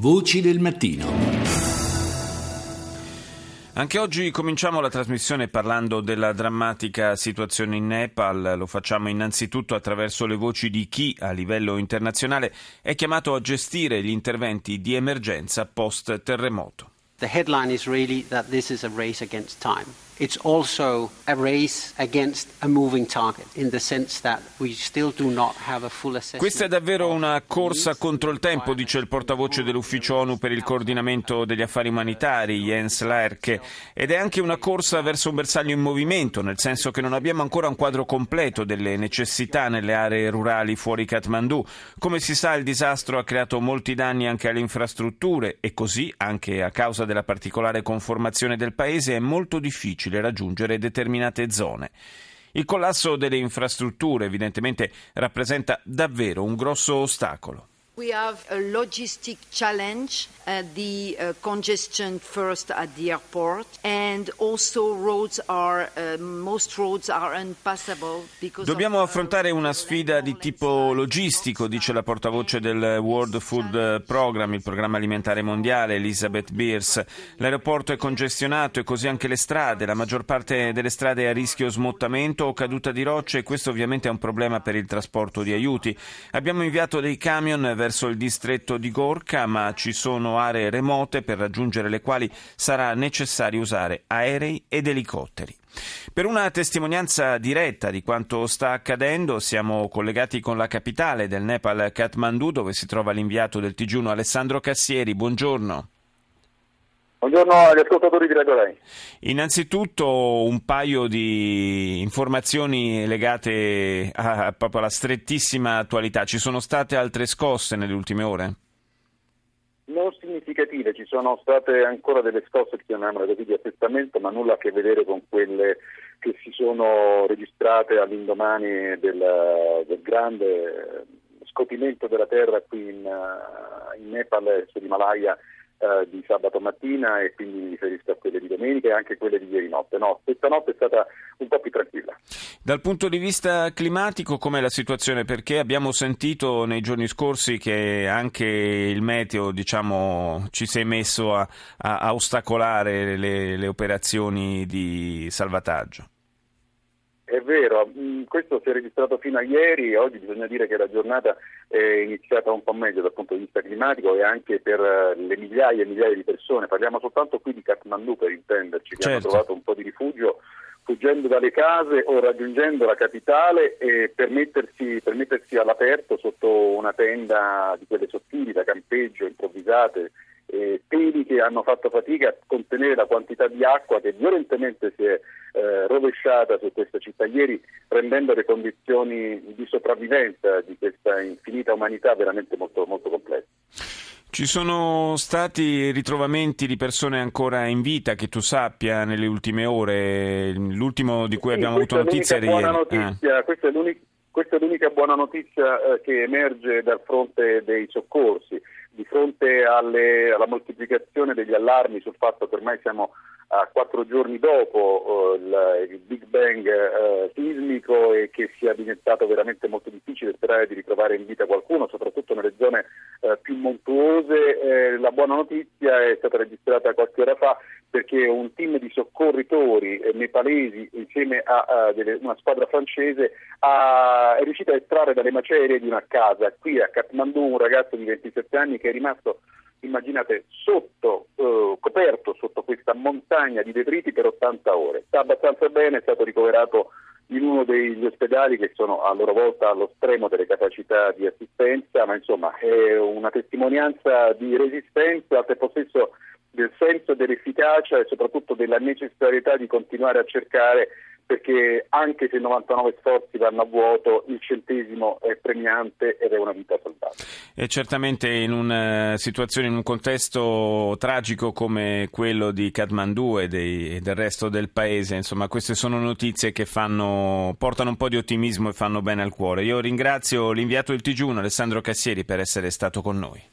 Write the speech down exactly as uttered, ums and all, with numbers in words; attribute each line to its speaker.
Speaker 1: Voci del mattino.
Speaker 2: Anche oggi cominciamo la trasmissione parlando della drammatica situazione in Nepal. Lo facciamo innanzitutto attraverso le voci di chi, a livello internazionale, è chiamato a gestire gli interventi di emergenza post-terremoto.
Speaker 3: The headline is really that this is a race against time. It's also a race against a moving target, in the sense that we still do not have a full assessment.
Speaker 2: Questa è davvero una corsa contro il tempo, dice il portavoce dell'ufficio ONU per il coordinamento degli affari umanitari, Jens Laerke, ed è anche una corsa verso un bersaglio in movimento, nel senso che non abbiamo ancora un quadro completo delle necessità nelle aree rurali fuori Kathmandu. Come si sa, il disastro ha creato molti danni anche alle infrastrutture e così, anche a causa della particolare conformazione del paese, è molto difficile raggiungere determinate zone. Il collasso delle infrastrutture evidentemente rappresenta davvero un grosso ostacolo.
Speaker 4: We have a logistic challenge, uh, the uh, congestion first at the airport, and also roads are, uh, most roads are unpassable because
Speaker 2: Dobbiamo
Speaker 4: of,
Speaker 2: affrontare una sfida di tipo logistico, dice la portavoce del World Food Programme, il programma alimentare mondiale, Elizabeth Beers. L'aeroporto è congestionato e così anche le strade. La maggior parte delle strade è a rischio smottamento o caduta di rocce e questo ovviamente è un problema per il trasporto di aiuti. Abbiamo inviato dei camion verso il distretto di Gorkha, ma ci sono aree remote per raggiungere le quali sarà necessario usare aerei ed elicotteri. Per una testimonianza diretta di quanto sta accadendo siamo collegati con la capitale del Nepal, Kathmandu, dove si trova l'inviato del T G uno Alessandro Cassieri. Buongiorno.
Speaker 5: Buongiorno agli ascoltatori di Radio Lei.
Speaker 2: Innanzitutto un paio di informazioni legate a, a, proprio alla strettissima attualità. Ci sono state altre scosse nelle ultime ore?
Speaker 5: Non significative, ci sono state ancora delle scosse, chiamiamole così, di assestamento, ma nulla a che vedere con quelle che si sono registrate all'indomani del, del grande scotimento della terra qui in, in Nepal e sull'Himalaya di sabato mattina, e quindi mi riferisco a quelle di domenica e anche quelle di ieri notte. No, questa notte è stata un po' più tranquilla.
Speaker 2: Dal punto di vista climatico com'è la situazione? Perché abbiamo sentito nei giorni scorsi che anche il meteo, diciamo, ci si è messo a, a, a ostacolare le, le operazioni di salvataggio.
Speaker 5: È vero, questo si è registrato fino a ieri. Oggi bisogna dire che la giornata è iniziata un po' meglio dal punto di vista climatico e anche per le migliaia e migliaia di persone. Parliamo soltanto qui di Kathmandu, per intenderci, che certo. hanno trovato un po' di rifugio fuggendo dalle case o raggiungendo la capitale e per mettersi, per mettersi all'aperto sotto una tenda di quelle sottili da campeggio, improvvisate, eh, teli che hanno fatto fatica a contenere la quantità di acqua che violentemente si è eh, rovesciata su questa città ieri, rendendo le condizioni di sopravvivenza di questa infinita umanità veramente molto, molto complesse.
Speaker 2: Ci sono stati ritrovamenti di persone ancora in vita, che tu sappia, nelle ultime ore? L'ultimo di cui
Speaker 5: sì,
Speaker 2: abbiamo avuto notizia era ieri.
Speaker 5: Notizia, ah. Questa è l'unica, questa è l'unica buona notizia eh, che emerge dal fronte dei soccorsi. Di fronte alle, alla moltiplicazione degli allarmi sul fatto che ormai siamo a quattro giorni dopo uh, il, il Big Bang uh, sismico e che sia diventato veramente molto difficile sperare di ritrovare in vita qualcuno, soprattutto nelle zone uh, più montuose, eh, la buona notizia è stata registrata qualche ora fa, perché un team di soccorritori eh, nepalesi insieme a, a delle, una squadra francese ha, è riuscita a estrarre dalle macerie di una casa qui a Kathmandu un ragazzo di ventisette anni che è rimasto, immaginate, sotto, eh, coperto sotto questa montagna di detriti per ottanta ore. Sta abbastanza bene, è stato ricoverato in uno degli ospedali che sono a loro volta allo stremo delle capacità di assistenza, ma insomma è una testimonianza di resistenza, al tempo stesso del senso dell'efficacia e soprattutto della necessità di continuare a cercare, perché anche se novantanove sforzi vanno a vuoto, il centesimo è premiante ed è una vita salvata.
Speaker 2: E certamente in una situazione, in un contesto tragico come quello di Kathmandu e, dei, e del resto del paese, insomma, queste sono notizie che fanno, portano un po' di ottimismo e fanno bene al cuore. Io ringrazio l'inviato del T G uno Alessandro Cassieri per essere stato con noi.